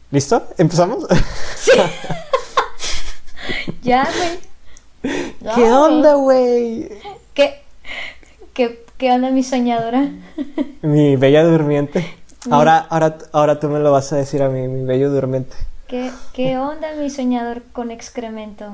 ¿Listo? ¿Empezamos? Sí. Ya, güey. Ya, ¿Qué onda, güey? ¿Qué onda, mi soñadora? Mi bella durmiente. Ahora tú me lo vas a decir a mí, mi bello durmiente. ¿Qué onda, mi soñador con excremento?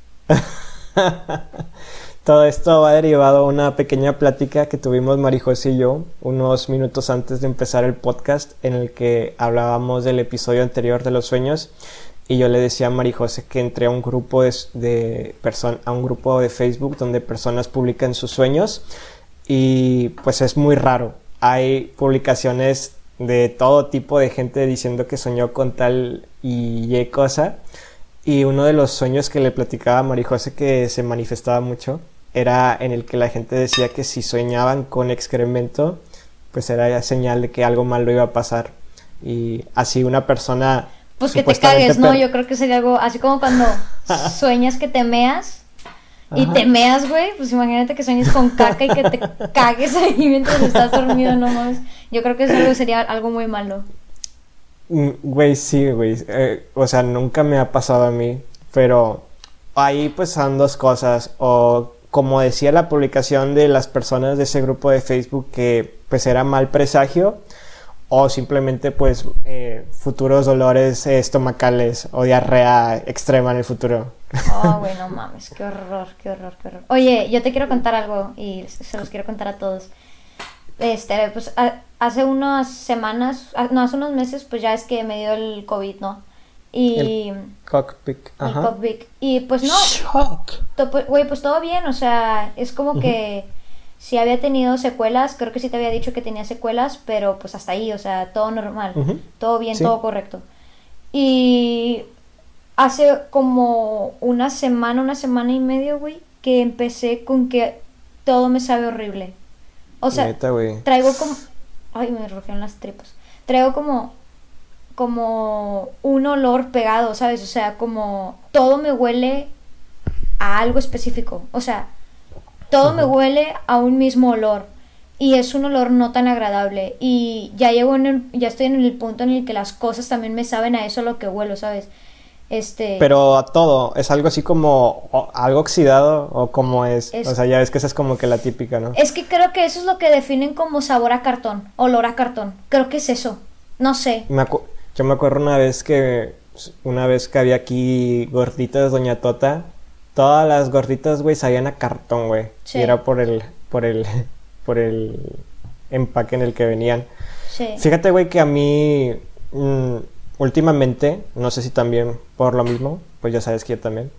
Todo esto va derivado a una pequeña plática que tuvimos Marijose y yo unos minutos antes de empezar el podcast, en el que hablábamos del episodio anterior de los sueños, y yo le decía a Marijose que entré a un grupo a un grupo de Facebook donde personas publican sus sueños, y pues es muy raro. Hay publicaciones de todo tipo de gente diciendo que soñó con tal y cosa. Y uno de los sueños que le platicaba a Marijose que se manifestaba mucho era en el que la gente decía que si soñaban con excremento, pues era señal de que algo malo iba a pasar. Y así una persona... Pues que te cagues, ¿no? Yo creo que sería algo así como cuando sueñas que te meas y te meas, güey. Pues imagínate que sueñes con caca y que te cagues ahí mientras estás dormido, no mames. Yo creo que sería algo muy malo. Güey, sí, güey. O sea, nunca me ha pasado a mí. Pero ahí pues son dos cosas. O como decía la publicación de las personas de ese grupo de Facebook, que pues era mal presagio. O simplemente pues futuros dolores estomacales o diarrea extrema en el futuro. Oh, güey, no mames. Qué horror. Oye, yo te quiero contar algo y se los quiero contar a todos. Pues hace unas semanas, no, hace unos meses, pues ya es que me dio el COVID, ¿no? Y... El cockpit. Ajá. El cockpit. Y pues no... Shock. Güey, pues todo bien, o sea, es como que si había tenido secuelas, creo que sí te había dicho que tenía secuelas, pero pues hasta ahí, o sea, todo normal, todo bien, sí. Todo correcto. Y hace como una semana y medio, güey, que empecé con que todo me sabe horrible. O sea, neta, traigo como... Ay, me rojean las tripas. Traigo como un olor pegado, ¿sabes? O sea, como todo me huele a algo específico. O sea, todo me huele a un mismo olor. Y es un olor no tan agradable. Y ya estoy en el punto en el que las cosas también me saben a eso lo que huelo, ¿sabes? Pero a todo, ¿es algo así como algo oxidado o cómo es? O sea, ya ves que esa es como que la típica, ¿no? Es que creo que eso es lo que definen como sabor a cartón, olor a cartón. Creo que es eso, no sé. Yo me acuerdo una vez que había aquí gorditas Doña Tota. Todas las gorditas, güey, sabían a cartón, güey. Sí. Y era por el empaque en el que venían. Sí. Fíjate, güey, que a mí... últimamente, no sé si también por lo mismo, pues ya sabes que yo también,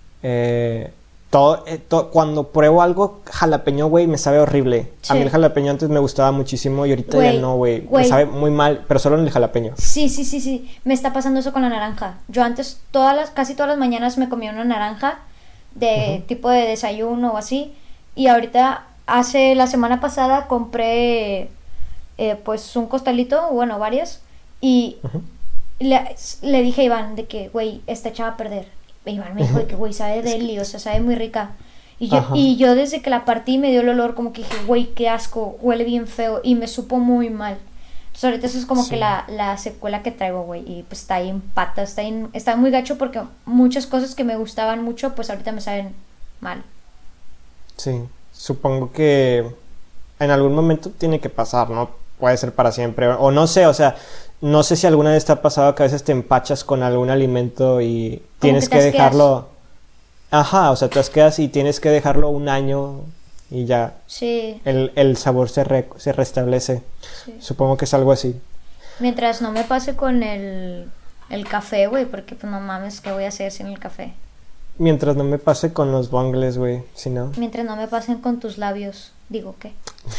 cuando pruebo algo jalapeño, güey, me sabe horrible. Sí. A mí el jalapeño antes me gustaba muchísimo y ahorita ya no, güey. Me sabe muy mal, pero solo en el jalapeño. Sí. Me está pasando eso con la naranja. Yo antes casi todas las mañanas me comía una naranja de tipo de desayuno o así. Y ahorita, la semana pasada compré pues un costalito, bueno, varias. Y... Le dije a Iván de que, güey, está echada a perder. Iván me dijo de que, güey, sabe deli, o sea, sabe muy rica. Y yo desde que la partí me dio el olor como que dije, güey, qué asco, huele bien feo y me supo muy mal. Entonces ahorita eso es como que la secuela que traigo, güey, y pues está ahí en pata, está muy gacho porque muchas cosas que me gustaban mucho, pues ahorita me saben mal. Sí, supongo que en algún momento tiene que pasar, ¿no? Puede ser para siempre, o no sé, o sea... No sé si alguna vez te ha pasado que a veces te empachas con algún alimento y tienes que dejarlo... Ajá, o sea, te quedas y tienes que dejarlo un año y ya. Sí. El sabor se restablece. Sí. Supongo que es algo así. Mientras no me pase con el café, güey, porque pues no mames, ¿qué voy a hacer sin el café? Mientras no me pase con los bongles, güey, si no... Mientras no me pasen con tus labios, digo, ¿qué?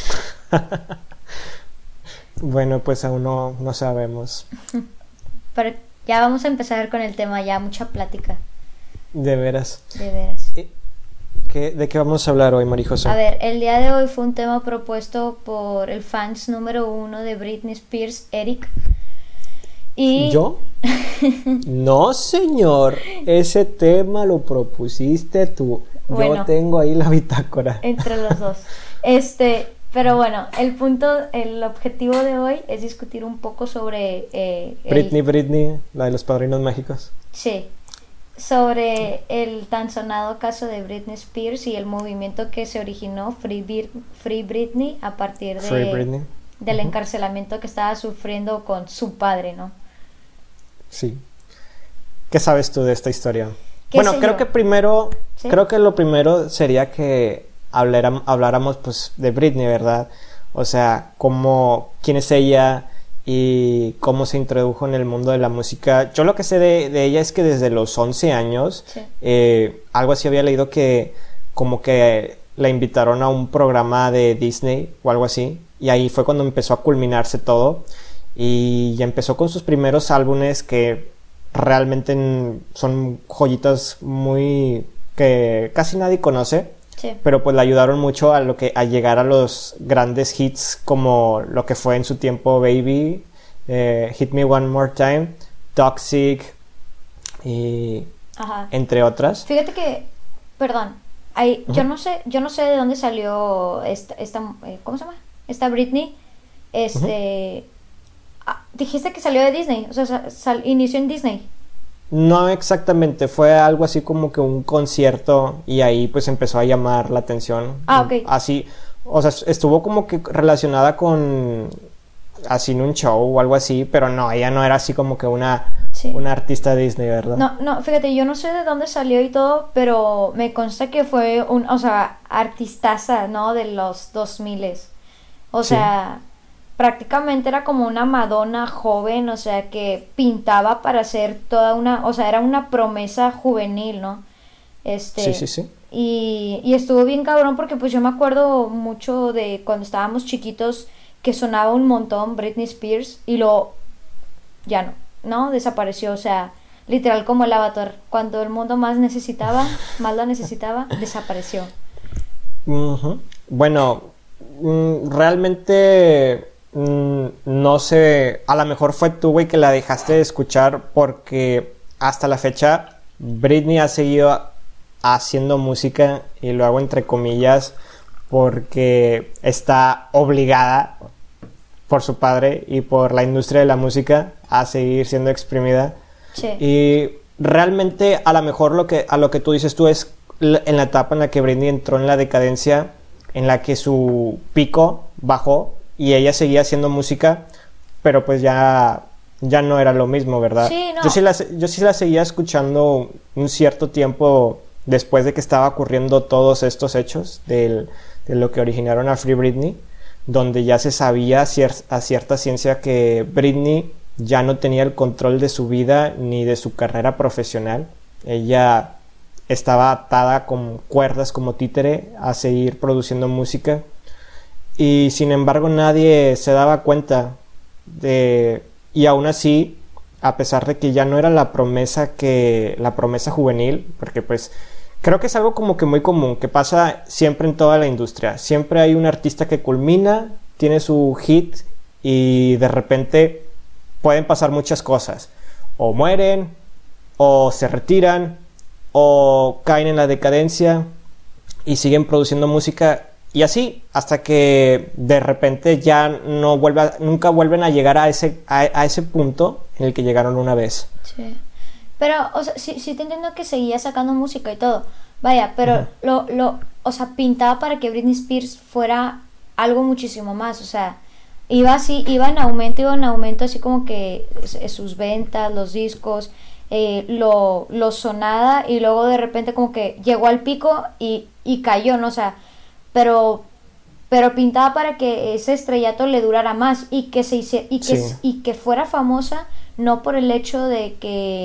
Bueno, pues aún no sabemos. Pero ya vamos a empezar con el tema, ya mucha plática. De veras. ¿De qué vamos a hablar hoy, Marijose? A ver, el día de hoy fue un tema propuesto por el fans número 1 de Britney Spears, Eric. Y... ¿Yo? No, señor. Ese tema lo propusiste tú. Bueno, yo tengo ahí la bitácora. Entre los dos. Pero bueno, el objetivo de hoy es discutir un poco sobre... Britney, la de los Padrinos Mágicos. Sí, sobre el tan sonado caso de Britney Spears y el movimiento que se originó, Free Britney, a partir del encarcelamiento que estaba sufriendo con su padre, ¿no? Sí. ¿Qué sabes tú de esta historia? Bueno, creo que lo primero sería que habláramos pues de Britney, ¿verdad? O sea, quién es ella y cómo se introdujo en el mundo de la música. Yo lo que sé de ella es que desde los 11 años, algo así había leído, que como que la invitaron a un programa de Disney o algo así, y ahí fue cuando empezó a culminarse todo, y ya empezó con sus primeros álbumes que realmente son joyitas que casi nadie conoce. Sí. Pero pues le ayudaron mucho a llegar a los grandes hits, como lo que fue en su tiempo Baby, Hit Me One More Time, Toxic y entre otras. Fíjate que, perdón, yo no sé de dónde salió esta ¿cómo se llama? Esta Britney. Dijiste que salió de Disney, o sea, inició en Disney. No exactamente, fue algo así como que un concierto, y ahí pues empezó a llamar la atención. Ok. Así, o sea, estuvo como que relacionada con así en un show o algo así, pero no, ella no era así como que una artista Disney, ¿verdad? No, fíjate, yo no sé de dónde salió y todo, pero me consta que fue artistaza, ¿no? De los 2000. O sea, prácticamente era como una Madonna joven, o sea, que pintaba para ser era una promesa juvenil, ¿no? Sí. Y estuvo bien cabrón, porque pues yo me acuerdo mucho de cuando estábamos chiquitos que sonaba un montón Britney Spears, y ya no, desapareció, o sea, literal como el Avatar, cuando el mundo más la necesitaba, desapareció. Bueno, realmente no sé, a lo mejor fue tú, güey, que la dejaste de escuchar, porque hasta la fecha Britney ha seguido haciendo música, y lo hago entre comillas porque está obligada por su padre y por la industria de la música a seguir siendo exprimida. Sí. Y realmente a lo mejor a lo que tú dices tú es en la etapa en la que Britney entró en la decadencia, en la que su pico bajó y ella seguía haciendo música, pero pues ya no era lo mismo, ¿verdad? Sí, no. Yo sí la seguía escuchando un cierto tiempo después de que estaba ocurriendo todos estos hechos de lo que originaron a Free Britney, donde ya se sabía a cierta ciencia que Britney ya no tenía el control de su vida ni de su carrera profesional. Ella estaba atada con cuerdas como títere a seguir produciendo música, y sin embargo nadie se daba cuenta y aún así, a pesar de que ya no era la promesa juvenil, porque pues creo que es algo como que muy común, que pasa siempre en toda la industria. Siempre hay un artista que culmina, tiene su hit, y de repente pueden pasar muchas cosas. O mueren, o se retiran, o caen en la decadencia y siguen produciendo música, y así hasta que de repente ya nunca vuelven a llegar a ese punto en el que llegaron una vez. Sí. Pero, o sea, sí te entiendo que seguía sacando música y todo. Vaya, pero o sea, pintaba para que Britney Spears fuera algo muchísimo más. O sea, iba en aumento, así como que sus ventas, los discos, lo sonada, y luego de repente como que llegó al pico y cayó, ¿no? O sea, pero pintaba para que ese estrellato le durara más y que que fuera famosa, no por el hecho de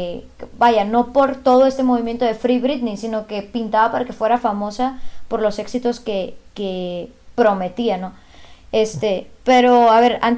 no por todo este movimiento de Free Britney, sino que pintaba para que fuera famosa por los éxitos que prometía, ¿no? Pero a ver,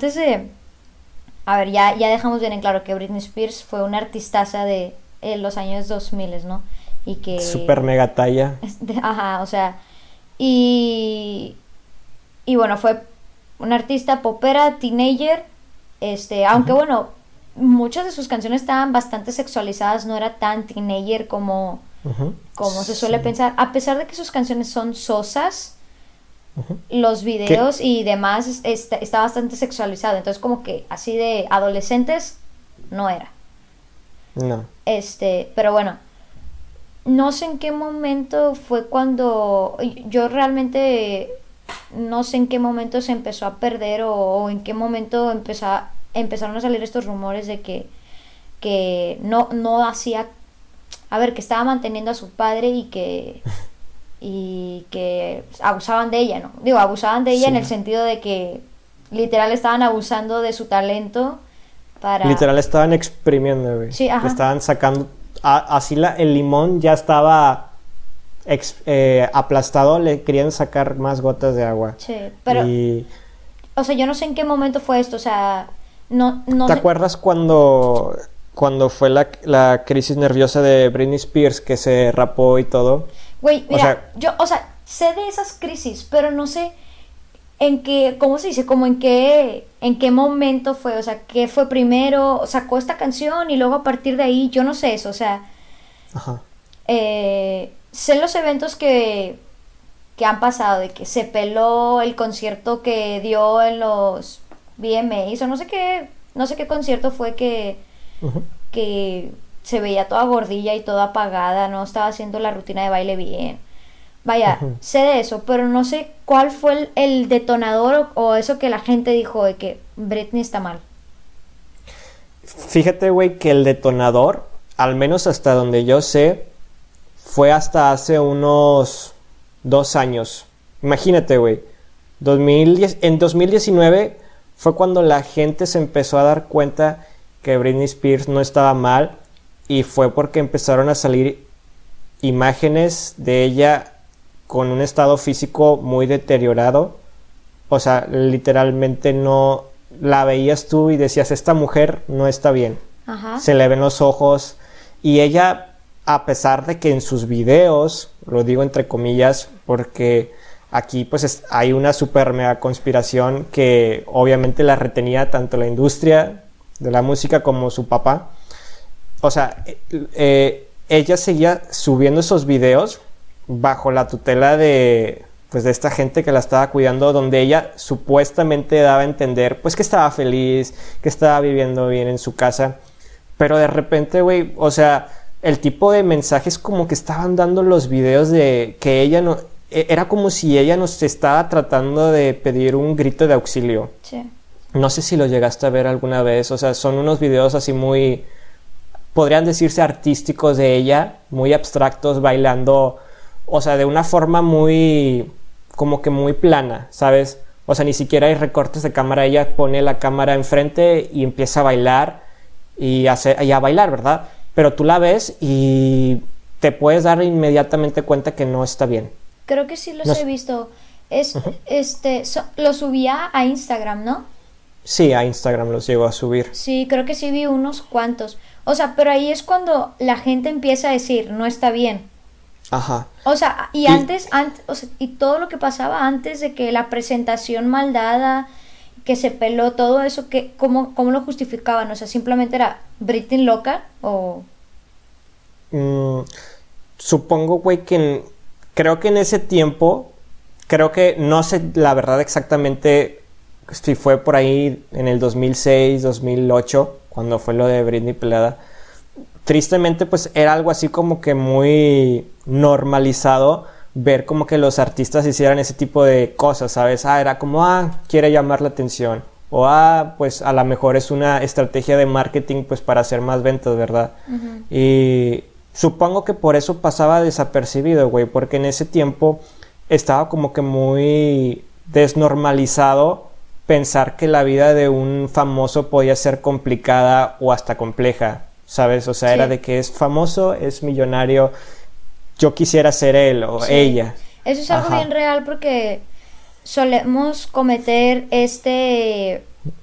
ya dejamos bien en claro que Britney Spears fue una artistaza de los años 2000, ¿no? Y que super mega talla. O sea, y bueno, fue una artista popera, teenager, aunque bueno, muchas de sus canciones estaban bastante sexualizadas, no era tan teenager como se suele pensar, a pesar de que sus canciones son sosas, los videos y demás está bastante sexualizado. Entonces como que así de adolescentes no era. No. Pero bueno, no sé en qué momento fue cuando yo realmente no sé en qué momento se empezó a perder o en qué momento empezaron a salir estos rumores de que no hacía, a ver, que estaba manteniendo a su padre y que abusaban de ella, ¿no? Digo, abusaban de ella en el sentido de que literal estaban abusando de su talento para... Literal estaban exprimiendo, güey. Sí, ajá. Estaban sacando... Así el limón ya estaba aplastado, le querían sacar más gotas de agua. Sí, pero... O sea, yo no sé en qué momento fue esto, o sea... No ¿Te acuerdas cuando fue la crisis nerviosa de Britney Spears, que se rapó y todo? Güey, mira, yo sé de esas crisis, pero no sé en qué, ¿cómo se dice? Como en qué momento fue, o sea, qué fue primero, sacó esta canción y luego a partir de ahí, yo no sé eso, o sea, ajá. Sé los eventos que han pasado, de que se peló el concierto que dio en los VMAs, o no sé qué concierto fue que se veía toda gordilla y toda apagada, no estaba haciendo la rutina de baile bien. Vaya, sé de eso, pero no sé cuál fue el detonador o eso que la gente dijo de que Britney está mal. Fíjate, güey, que el detonador, al menos hasta donde yo sé, fue hasta hace unos 2 años. Imagínate, güey. En 2019 fue cuando la gente se empezó a dar cuenta que Britney Spears no estaba mal, y fue porque empezaron a salir imágenes de ella con un estado físico muy deteriorado. O sea, literalmente no la veías tú y decías, esta mujer no está bien. Ajá. Se le ven los ojos, y ella, a pesar de que en sus videos, lo digo entre comillas porque aquí pues hay una super mega conspiración que obviamente la retenía tanto la industria de la música como su papá. O sea, ella seguía subiendo esos videos bajo la tutela de esta gente que la estaba cuidando, donde ella supuestamente daba a entender pues que estaba feliz, que estaba viviendo bien en su casa, pero de repente, güey, o sea, el tipo de mensajes como que estaban dando los videos de que ella no... Era como si ella nos estaba tratando de pedir un grito de auxilio. Sí. No sé si lo llegaste a ver alguna vez, o sea, son unos videos así muy... podrían decirse artísticos de ella, muy abstractos, bailando, o sea, de una forma muy, como que muy plana, ¿sabes? O sea, ni siquiera hay recortes de cámara, ella pone la cámara enfrente y empieza a bailar y a bailar, ¿verdad? Pero tú la ves y te puedes dar inmediatamente cuenta que no está bien. Creo que sí los he visto. Lo subía a Instagram, ¿no? Sí, a Instagram los llego a subir. Sí, creo que sí vi unos cuantos. O sea, pero ahí es cuando la gente empieza a decir, no está bien. Ajá. O sea, y antes, o sea, y todo lo que pasaba antes de que la presentación mal dada, que se peló, todo eso, ¿cómo lo justificaban? O sea, simplemente era Britney loca o... Supongo, güey, creo que en ese tiempo, creo que no sé la verdad exactamente si fue por ahí en el 2006, 2008, cuando fue lo de Britney pelada. Tristemente, pues era algo así como que muy normalizado ver como que los artistas hicieran ese tipo de cosas, ¿sabes? Era como, quiere llamar la atención. O, pues a lo mejor es una estrategia de marketing pues para hacer más ventas, ¿verdad? Uh-huh. Y supongo que por eso pasaba desapercibido, güey, porque en ese tiempo estaba como que muy desnormalizado pensar que la vida de un famoso podía ser complicada o hasta compleja, ¿sabes? O sea, sí. Era de que es famoso, es millonario, yo quisiera ser él o sí. Ella. Eso es algo bien real porque solemos cometer este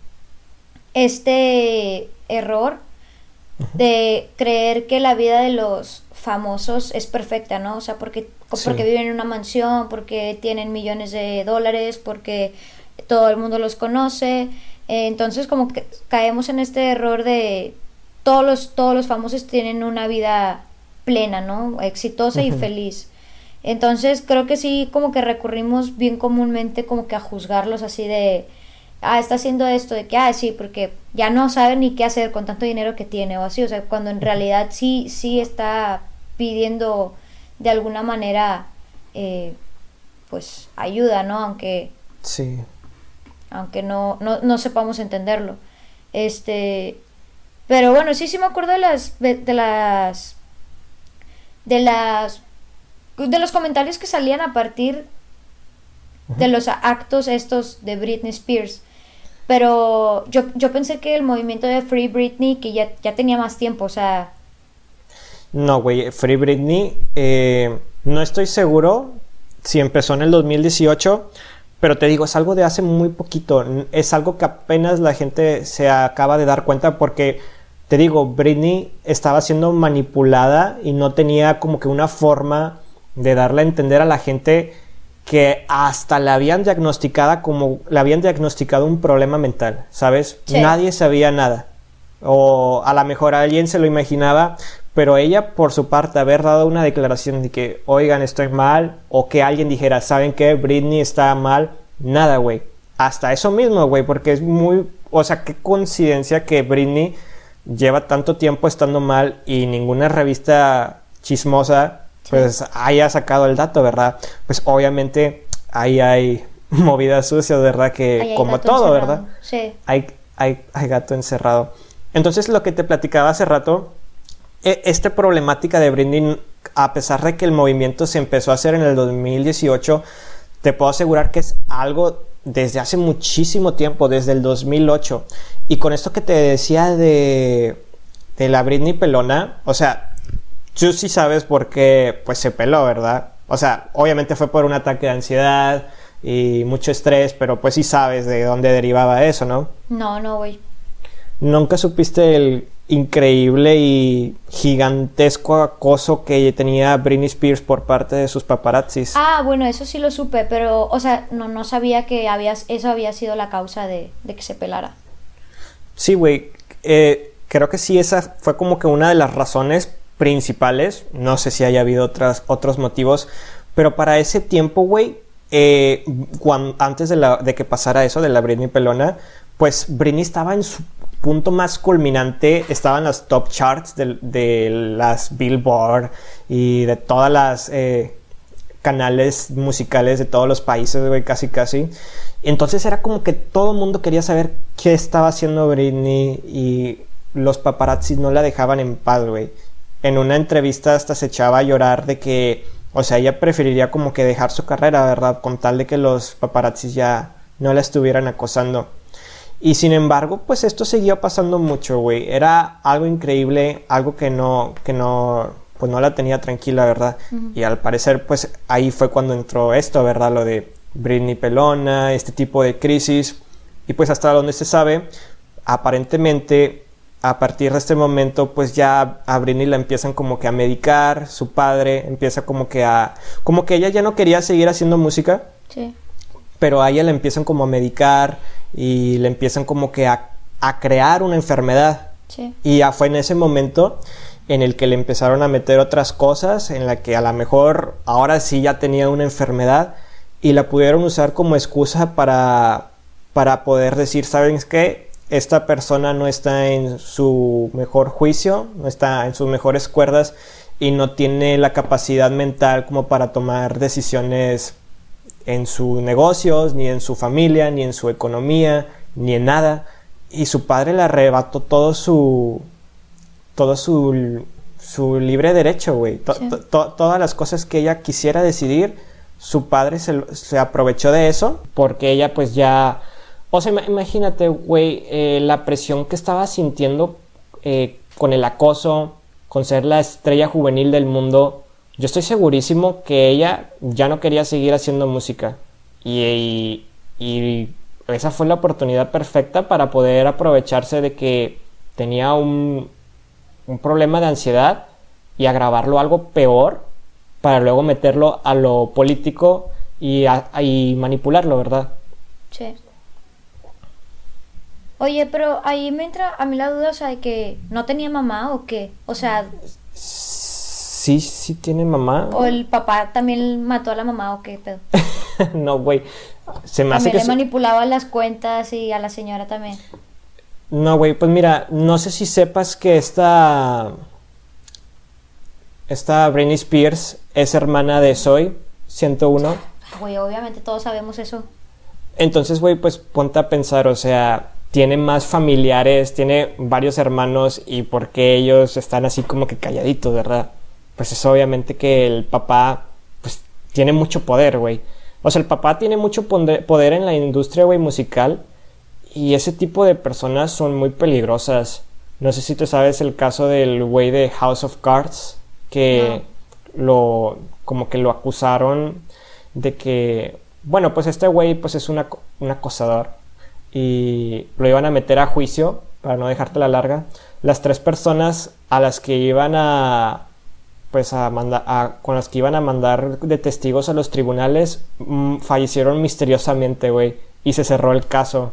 error de creer que la vida de los famosos es perfecta, ¿no? O sea, porque viven en una mansión, porque tienen millones de dólares, porque todo el mundo los conoce. Entonces como que caemos en este error de todos los famosos tienen una vida plena, ¿no? Exitosa y feliz. Entonces creo que sí, como que recurrimos bien comúnmente como que a juzgarlos así de, está haciendo esto, de que, sí, porque ya no sabe ni qué hacer con tanto dinero que tiene o así, o sea, cuando en realidad sí está pidiendo de alguna manera, pues, ayuda, ¿no? Sí. Aunque no sepamos entenderlo. Pero bueno, sí me acuerdo de los comentarios que salían a partir de los actos estos de Britney Spears. Pero yo pensé que el movimiento de Free Britney que ya tenía más tiempo, o sea... No, güey, Free Britney, no estoy seguro si empezó en el 2018, pero te digo, es algo de hace muy poquito, es algo que apenas la gente se acaba de dar cuenta porque, te digo, Britney estaba siendo manipulada y no tenía como que una forma de darle a entender a la gente que hasta le habían diagnosticado un problema mental, ¿sabes? Sí. Nadie sabía nada. O a lo mejor alguien se lo imaginaba, pero ella por su parte haber dado una declaración de que, oigan, estoy mal, o que alguien dijera, ¿saben qué? Britney está mal, nada, güey. Hasta eso mismo, güey, porque es muy... O sea, qué coincidencia que Britney lleva tanto tiempo estando mal y ninguna revista chismosa pues haya sacado el dato, ¿verdad? Pues obviamente ahí hay movidas sucias, ¿verdad? Que como todo, encerrado. ¿verdad? Sí. Hay gato encerrado. Entonces lo que te platicaba hace rato, esta problemática de Britney, a pesar de que el movimiento se empezó a hacer en el 2018, te puedo asegurar que es algo desde hace muchísimo tiempo, desde el 2008. Y con esto que te decía de la Britney pelona, o sea, tú sí sabes por qué pues se peló, ¿verdad? O sea, obviamente fue por un ataque de ansiedad y mucho estrés, pero pues sí sabes de dónde derivaba eso, ¿no? No, güey. ¿Nunca supiste el increíble y gigantesco acoso que tenía Britney Spears por parte de sus paparazzis? Bueno, eso sí lo supe, pero, o sea, no sabía que eso había sido la causa de que se pelara. Sí, güey. Creo que sí, esa fue como que una de las razones principales. No sé si haya habido otros motivos, pero para ese tiempo, güey, antes de que pasara eso de la Britney pelona, pues Britney estaba en su punto más culminante, estaba en las top charts de las Billboard y de todas las canales musicales de todos los países, güey, casi. Entonces era como que todo el mundo quería saber qué estaba haciendo Britney y los paparazzis no la dejaban en paz, güey. En una entrevista hasta se echaba a llorar de que, o sea, ella preferiría como que dejar su carrera, ¿verdad? Con tal de que los paparazzis ya no la estuvieran acosando. Y sin embargo, pues esto seguía pasando mucho, güey. Era algo increíble, algo que no, pues no la tenía tranquila, ¿verdad? Uh-huh. Y al parecer, pues ahí fue cuando entró esto, ¿verdad? Lo de Britney pelona, este tipo de crisis. Y pues hasta donde se sabe, aparentemente, a partir de este momento, pues ya a Britney la empiezan como que a medicar, su padre empieza como que ella ya no quería seguir haciendo música. Sí. Pero a ella le empiezan como a medicar y le empiezan como que a crear una enfermedad. Sí. Y ya fue en ese momento en el que le empezaron a meter otras cosas, en la que a lo mejor ahora sí ya tenía una enfermedad y la pudieron usar como excusa para poder decir, ¿saben qué? Esta persona no está en su mejor juicio, no está en sus mejores cuerdas y no tiene la capacidad mental como para tomar decisiones en sus negocios, ni en su familia, ni en su economía, ni en nada. Y su padre le arrebató todo su libre derecho, güey. Sí. Todas las cosas que ella quisiera decidir, su padre se aprovechó de eso, porque ella pues ya... O sea, imagínate, güey, la presión que estaba sintiendo con el acoso, con ser la estrella juvenil del mundo. Yo estoy segurísimo que ella ya no quería seguir haciendo música. Y esa fue la oportunidad perfecta para poder aprovecharse de que tenía un problema de ansiedad y agravarlo a algo peor para luego meterlo a lo político y manipularlo, ¿verdad? Sí. Oye, pero ahí me entra a mí la duda, o sea, de que no tenía mamá o qué, o sea... sí, sí tiene mamá. ¿O el papá también mató a la mamá o qué pedo? No, güey. Se me hace También que... le manipulaba las cuentas y a la señora también. No, güey, pues mira, no sé si sepas que esta Britney Spears es hermana de Zoe 101. Güey, obviamente todos sabemos eso. Entonces, güey, pues ponte a pensar, o sea, tiene más familiares, tiene varios hermanos y por qué ellos están así como que calladitos, ¿verdad? Pues es obviamente que el papá, pues, tiene mucho poder, güey. O sea, el papá tiene mucho poder en la industria, güey, musical y ese tipo de personas son muy peligrosas. No sé si tú sabes el caso del güey de House of Cards, que como que lo acusaron de que, bueno, pues este güey pues es un acosador y lo iban a meter a juicio para no dejarte la larga. Las 3 personas a las que iban con las que iban a mandar de testigos a los tribunales fallecieron misteriosamente, güey, y se cerró el caso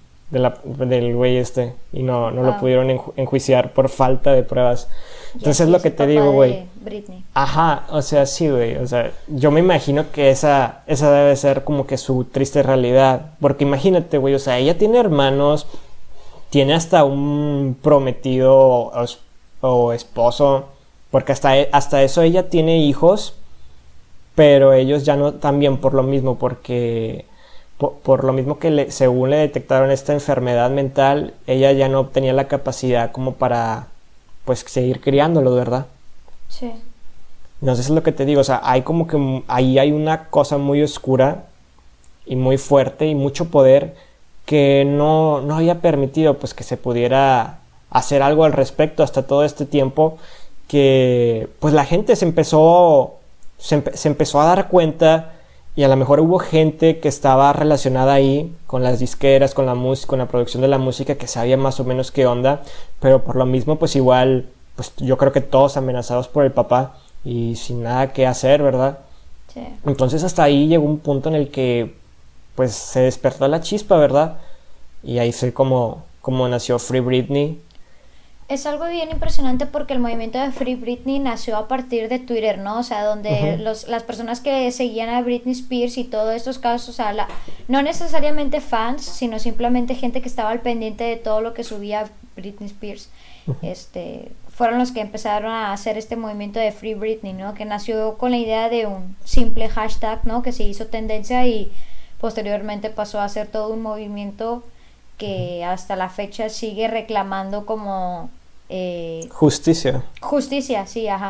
del güey y no lo pudieron enjuiciar por falta de pruebas. Entonces es lo que te digo, güey. Ajá, o sea, sí, güey. O sea, yo me imagino que esa debe ser como que su triste realidad. Porque imagínate, güey, o sea, ella tiene hermanos, tiene hasta un prometido o esposo, porque hasta eso ella tiene hijos, pero ellos ya no, también por lo mismo, porque por lo mismo que según le detectaron esta enfermedad mental, ella ya no tenía la capacidad como para pues seguir criándolo, ¿verdad? Sí. No sé si es lo que te digo, o sea, hay como que ahí hay una cosa muy oscura y muy fuerte y mucho poder que no había permitido pues que se pudiera hacer algo al respecto hasta todo este tiempo, que pues la gente se empezó a dar cuenta y a lo mejor hubo gente que estaba relacionada ahí con las disqueras, con la música, con la producción de la música, que sabía más o menos qué onda, pero por lo mismo pues igual, pues yo creo que todos amenazados por el papá y sin nada que hacer, ¿verdad? Sí. Entonces hasta ahí llegó un punto en el que pues se despertó la chispa, ¿verdad? Y ahí fue como nació Free Britney. Es algo bien impresionante porque el movimiento de Free Britney nació a partir de Twitter, ¿no? O sea, donde las personas que seguían a Britney Spears y todos estos casos, o sea, no necesariamente fans, sino simplemente gente que estaba al pendiente de todo lo que subía Britney Spears, fueron los que empezaron a hacer este movimiento de Free Britney, ¿no? Que nació con la idea de un simple hashtag, ¿no? Que se hizo tendencia y posteriormente pasó a ser todo un movimiento que hasta la fecha sigue reclamando como justicia, sí, ajá.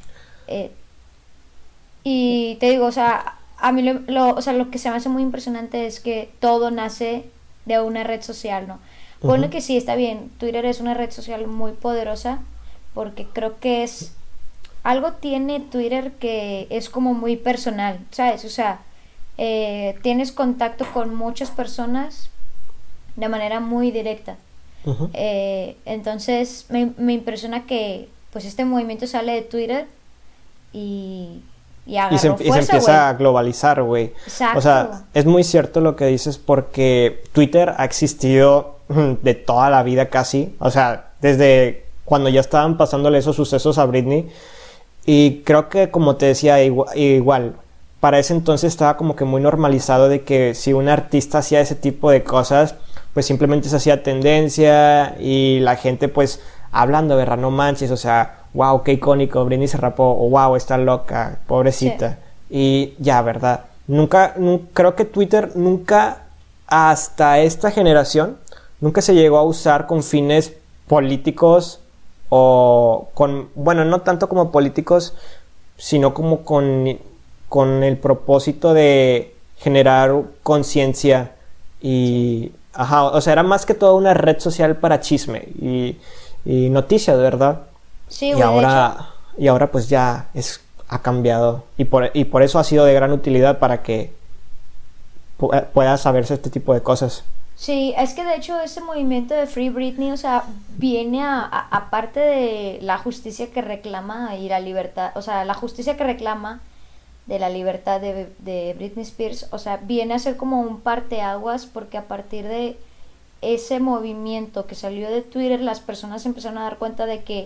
Y te digo, o sea, a mí lo que se me hace muy impresionante es que todo nace de una red social, ¿no? Ponle que sí, está bien, Twitter es una red social muy poderosa porque creo que algo tiene Twitter que es como muy personal, ¿sabes? O sea, tienes contacto con muchas personas de manera muy directa. Entonces me impresiona que pues este movimiento sale de Twitter y agarró fuerza, y se empieza a globalizar, güey. Exacto. O sea, es muy cierto lo que dices porque Twitter ha existido de toda la vida casi, o sea, desde cuando ya estaban pasándole esos sucesos a Britney, y creo que como te decía, igual para ese entonces estaba como que muy normalizado de que si un artista hacía ese tipo de cosas, pues simplemente se hacía tendencia y la gente pues hablando, ¿verdad? No manches, o sea, wow, qué icónico, Britney se rapó, o wow, está loca, pobrecita. Sí. Y ya, ¿verdad? Creo que Twitter nunca, hasta esta generación, nunca se llegó a usar con fines políticos o bueno, no tanto como políticos, sino como con el propósito de generar conciencia y... Ajá, o sea, era más que todo una red social para chisme y noticias, ¿verdad? Sí, y ahora pues ya ha cambiado y por eso ha sido de gran utilidad para que pueda saberse este tipo de cosas. Sí, es que de hecho ese movimiento de Free Britney, o sea, viene aparte de la justicia que reclama y la libertad, o sea, la justicia que reclama de la libertad de Britney Spears, o sea, viene a ser como un parteaguas porque a partir de ese movimiento que salió de Twitter las personas empezaron a dar cuenta de que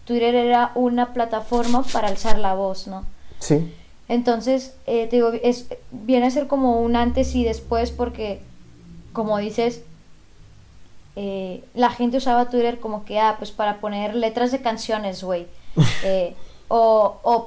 Twitter era una plataforma para alzar la voz, ¿no? Sí. Entonces, te digo, viene a ser como un antes y después porque, como dices, la gente usaba Twitter como que, pues para poner letras de canciones, güey. O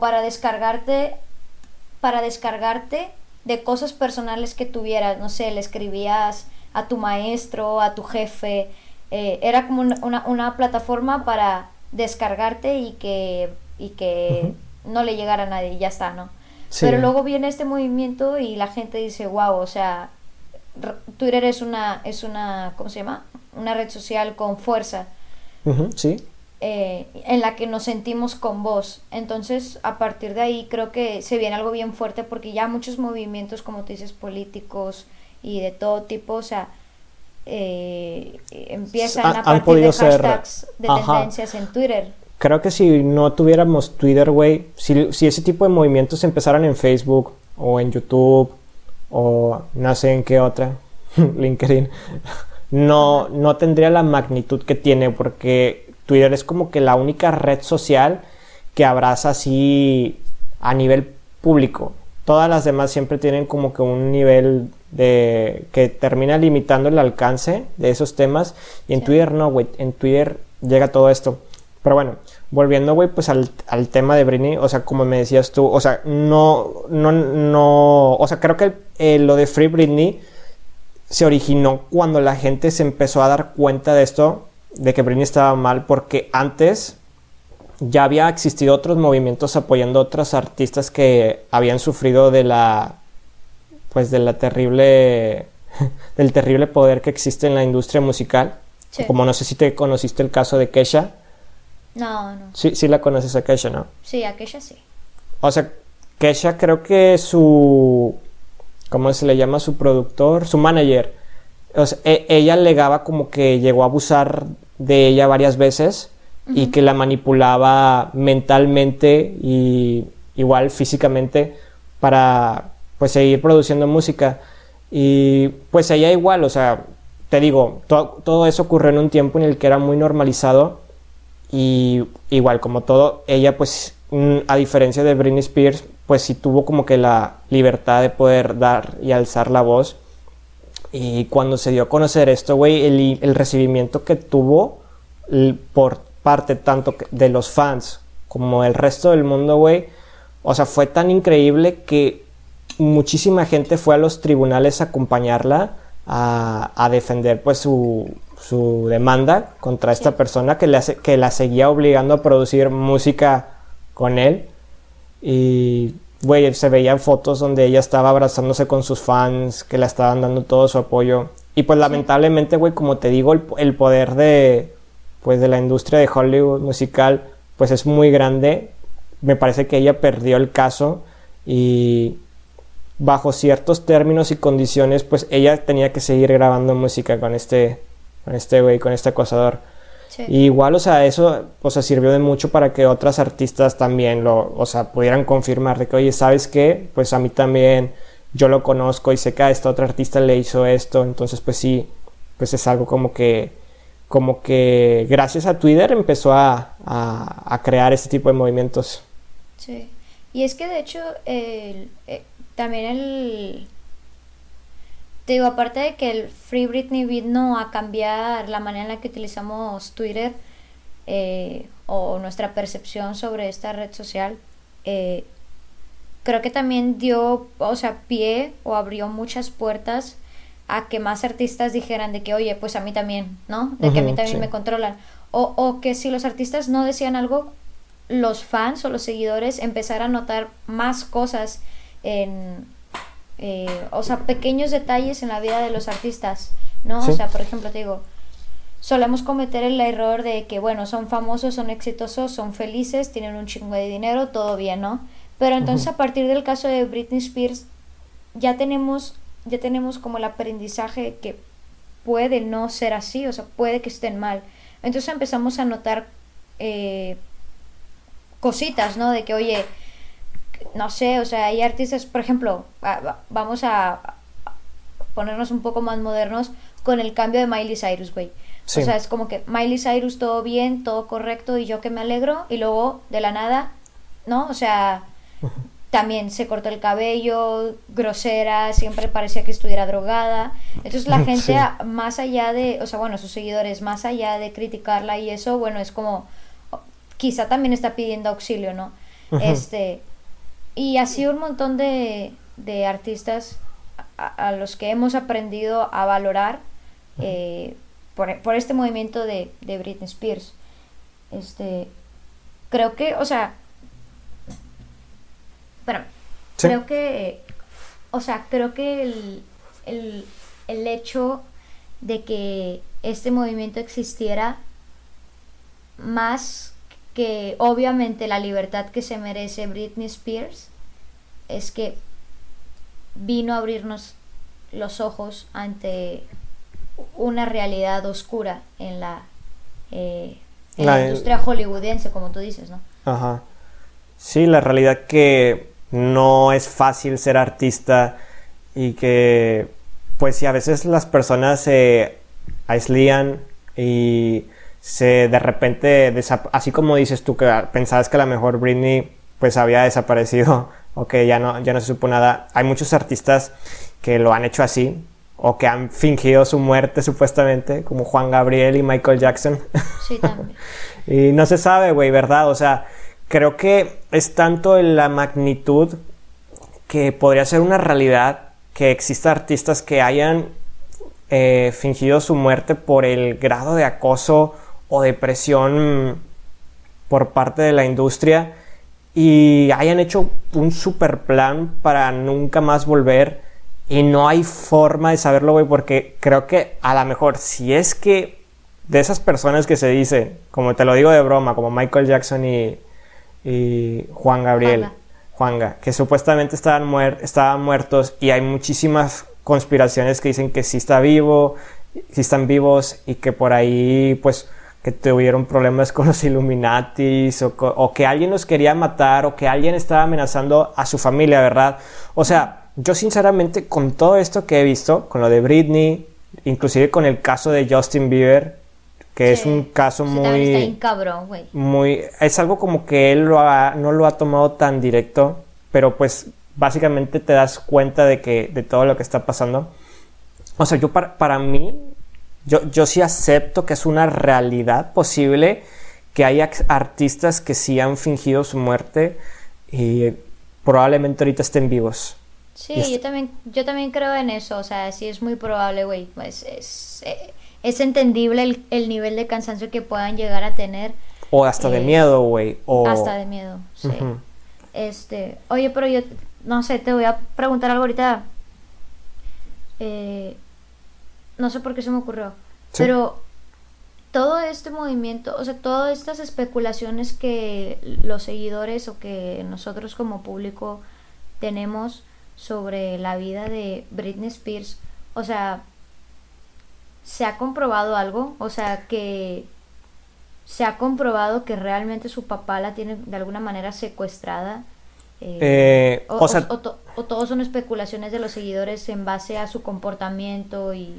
para descargarte de cosas personales que tuvieras, no sé, le escribías a tu maestro, a tu jefe, era como una plataforma para descargarte y que no le llegara a nadie y ya está, ¿no? Sí. Pero luego viene este movimiento y la gente dice, wow, o sea, Twitter es una, ¿cómo se llama? Una red social con fuerza. Sí. En la que nos sentimos con voz. Entonces, a partir de ahí creo que se viene algo bien fuerte porque ya muchos movimientos, como tú dices, políticos y de todo tipo, o sea, empiezan a partir de hashtags de tendencias en Twitter. Creo que si no tuviéramos Twitter, güey, si ese tipo de movimientos empezaran en Facebook o en YouTube o no sé en qué otra, LinkedIn, no tendría la magnitud que tiene porque Twitter es como que la única red social que abraza así a nivel público. Todas las demás siempre tienen como que un nivel de que termina limitando el alcance de esos temas y en sí. Twitter no, güey, en Twitter llega todo esto. Pero bueno, volviendo, güey, pues al tema de Britney, o sea, como me decías tú, o sea, no, o sea, creo que lo de Free Britney se originó cuando la gente se empezó a dar cuenta de esto, de que Britney estaba mal, porque antes ya había existido otros movimientos apoyando a otros artistas que habían sufrido del terrible poder que existe en la industria musical. Sí. Como no sé si te conociste el caso de Kesha. No. Sí la conoces a Kesha, ¿no? Sí, a Kesha sí. O sea, Kesha creo que ¿cómo se le llama? Su productor, su manager. O sea, ella alegaba como que llegó a abusar de ella varias veces y que la manipulaba mentalmente y igual físicamente para pues seguir produciendo música. Y pues ella igual, o sea, te digo, todo eso ocurrió en un tiempo en el que era muy normalizado y igual como todo, ella pues a diferencia de Britney Spears, pues sí tuvo como que la libertad de poder dar y alzar la voz. Y cuando se dio a conocer esto, güey, el recibimiento que tuvo por parte tanto de los fans como el resto del mundo, güey, o sea, fue tan increíble que muchísima gente fue a los tribunales a acompañarla a defender pues su demanda contra esta persona que la seguía obligando a producir música con él. Y güey, se veían fotos donde ella estaba abrazándose con sus fans, que le estaban dando todo su apoyo. Y pues lamentablemente, güey, como te digo, el poder de la industria de Hollywood musical, pues es muy grande. Me parece que ella perdió el caso y bajo ciertos términos y condiciones, pues ella tenía que seguir grabando música con este güey, con este acosador. Sí. Y igual, o sea, eso, o sea, sirvió de mucho para que otras artistas también pudieran confirmar de que, oye, ¿sabes qué? Pues a mí también, yo lo conozco y sé que a esta otra artista le hizo esto, entonces pues sí, pues es algo como que gracias a Twitter empezó a crear este tipo de movimientos. Sí, y es que de hecho también te digo, aparte de que el Free Britney vino a cambiar la manera en la que utilizamos Twitter o nuestra percepción sobre esta red social, creo que también dio, o sea, pie o abrió muchas puertas a que más artistas dijeran de que, oye, pues a mí también, ¿no? De que a mí también me controlan. O que si los artistas no decían algo, los fans o los seguidores empezaran a notar más cosas o sea, pequeños detalles en la vida de los artistas, ¿no? Sí. O sea, por ejemplo, te digo, solemos cometer el error de que, bueno, son famosos, son exitosos, son felices, tienen un chingo de dinero, todo bien, ¿no? Pero entonces a partir del caso de Britney Spears ya tenemos como el aprendizaje que puede no ser así, o sea, puede que estén mal. Entonces empezamos a notar cositas, ¿no? De que, oye, no sé, o sea, hay artistas, por ejemplo, vamos a ponernos un poco más modernos con el cambio de Miley Cyrus, güey. Sí. O sea, es como que Miley Cyrus todo bien, todo correcto y yo que me alegro y luego de la nada, ¿no? O sea, también se cortó el cabello, grosera, siempre parecía que estuviera drogada. Entonces la gente, Sí. más allá de, o sea, bueno, sus seguidores, más allá de criticarla y eso, bueno, es como, quizá también está pidiendo auxilio, ¿no? Y así un montón de artistas a los que hemos aprendido a valorar por este movimiento de Britney Spears. Creo que, o sea, espérame, Sí. creo que, o sea, creo que el hecho de que este movimiento existiera, más que obviamente la libertad que se merece Britney Spears, es que vino a abrirnos los ojos ante una realidad oscura en la industria hollywoodense, como tú dices, ¿no? Ajá. Sí, la realidad que no es fácil ser artista y que, pues, si a veces las personas se aíslan y de repente, así como dices tú que pensabas que a lo mejor Britney pues había desaparecido o que ya no se supo nada, hay muchos artistas que lo han hecho así o que han fingido su muerte supuestamente, como Juan Gabriel y Michael Jackson. Sí, también. Y no se sabe, güey, ¿verdad? O sea, creo que es tanto en la magnitud que podría ser una realidad que exista artistas que hayan fingido su muerte por el grado de acoso o de presión por parte de la industria y hayan hecho un super plan para nunca más volver y no hay forma de saberlo, güey, porque creo que a lo mejor si es que de esas personas que se dicen, como te lo digo de broma, como Michael Jackson y Juan Gabriel, Juanga, que supuestamente estaban muertos y hay muchísimas conspiraciones que dicen que sí están vivos y que por ahí pues que tuvieron problemas con los Illuminatis o que alguien los quería matar o que alguien estaba amenazando a su familia, ¿verdad? O sea, yo sinceramente con todo esto que he visto, con lo de Britney, inclusive con el caso de Justin Bieber, que sí, es un caso muy... Está bien cabrón, güey. Es algo como que él no lo ha tomado tan directo, pero pues básicamente te das cuenta de todo lo que está pasando. O sea, para mí, yo sí acepto que es una realidad posible que haya artistas que sí han fingido su muerte y probablemente ahorita estén vivos. Sí, yo también creo en eso, o sea, sí es muy probable, güey. Pues es entendible el nivel de cansancio que puedan llegar a tener. O hasta de miedo, güey. Hasta de miedo, sí. Uh-huh. Oye, pero yo, no sé, te voy a preguntar algo ahorita. No sé por qué se me ocurrió. ¿Sí? Pero todo este movimiento, o sea, todas estas especulaciones que los seguidores o que nosotros como público tenemos sobre la vida de Britney Spears, o sea, ¿se ha comprobado algo? O sea, que se ha comprobado que realmente su papá la tiene de alguna manera secuestrada. O todos son especulaciones de los seguidores en base a su comportamiento y...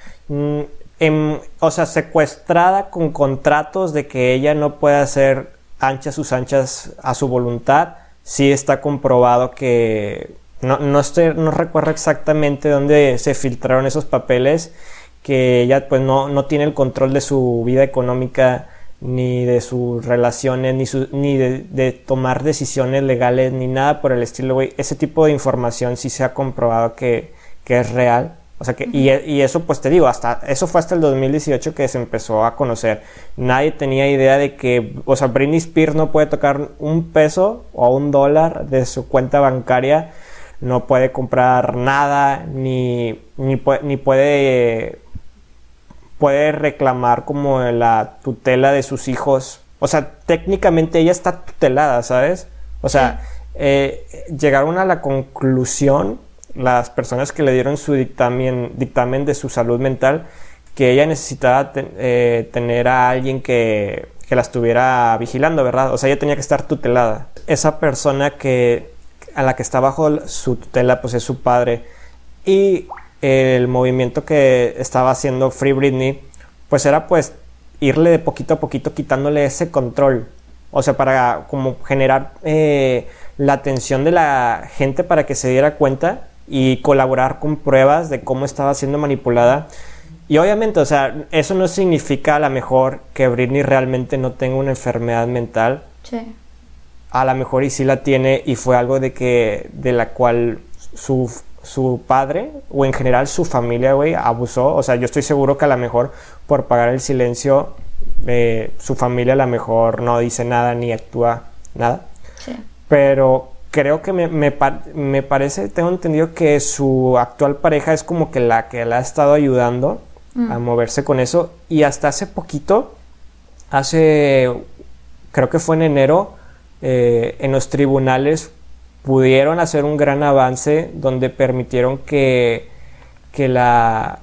o sea, secuestrada con contratos de que ella no puede hacer sus anchas a su voluntad. Sí está comprobado que... No recuerdo exactamente dónde se filtraron esos papeles, que ella pues no tiene el control de su vida económica, ni de sus relaciones, ni de tomar decisiones legales, ni nada por el estilo, güey. Ese tipo de información sí se ha comprobado que es real. O sea que, uh-huh. y eso pues te digo, eso fue hasta el 2018 que se empezó a conocer. Nadie tenía idea de que, o sea, Britney Spears no puede tocar un peso o $1 de su cuenta bancaria, no puede comprar nada, ni puede reclamar como la tutela de sus hijos. O sea, técnicamente ella está tutelada, ¿sabes? O sea, sí. Llegaron a la conclusión las personas que le dieron su dictamen de su salud mental, que ella necesitaba tener a alguien que la estuviera vigilando, ¿verdad? O sea, ella tenía que estar tutelada. Esa persona a la que está bajo su tutela, pues es su padre. Y el movimiento que estaba haciendo Free Britney, pues era pues irle de poquito a poquito quitándole ese control. O sea, para como generar la atención de la gente para que se diera cuenta y colaborar con pruebas de cómo estaba siendo manipulada. Y obviamente, o sea, eso no significa a lo mejor que Britney realmente no tenga una enfermedad mental. Sí. A lo mejor y sí la tiene y fue algo de la cual su padre o en general su familia, güey, abusó. O sea, yo estoy seguro que a lo mejor por pagar el silencio su familia a lo mejor no dice nada ni actúa nada. Sí. Pero creo que me parece, tengo entendido que su actual pareja es como que la ha estado ayudando a moverse con eso. Y hasta hace poquito, creo que fue en enero, en los tribunales pudieron hacer un gran avance donde permitieron que la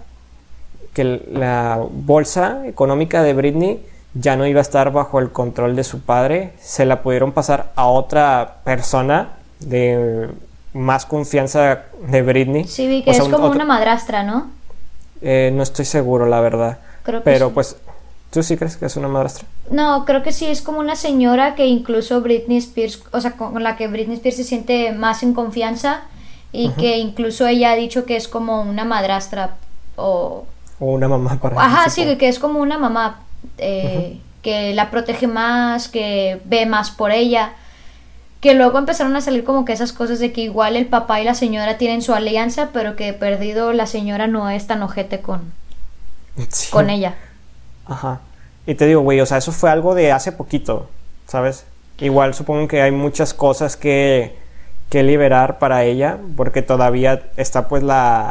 bolsa económica de Britney ya no iba a estar bajo el control de su padre. Se la pudieron pasar a otra persona de más confianza de Britney. Sí, vi que es como una madrastra, ¿no? No estoy seguro, la verdad. Creo que pero sí. Pues, ¿tú sí crees que es una madrastra? No, creo que sí, es como una señora que incluso Britney Spears, o sea, con la que Britney Spears se siente más en confianza y que incluso ella ha dicho que es como una madrastra o una mamá para ajá, sí, que es como una mamá que la protege más, que ve más por ella. Que luego empezaron a salir como que esas cosas de que igual el papá y la señora tienen su alianza, pero que perdido la señora no es tan ojete con ella. Ajá. Y te digo, güey, o sea, eso fue algo de hace poquito, ¿sabes? Igual supongo que hay muchas cosas que liberar para ella, porque todavía está pues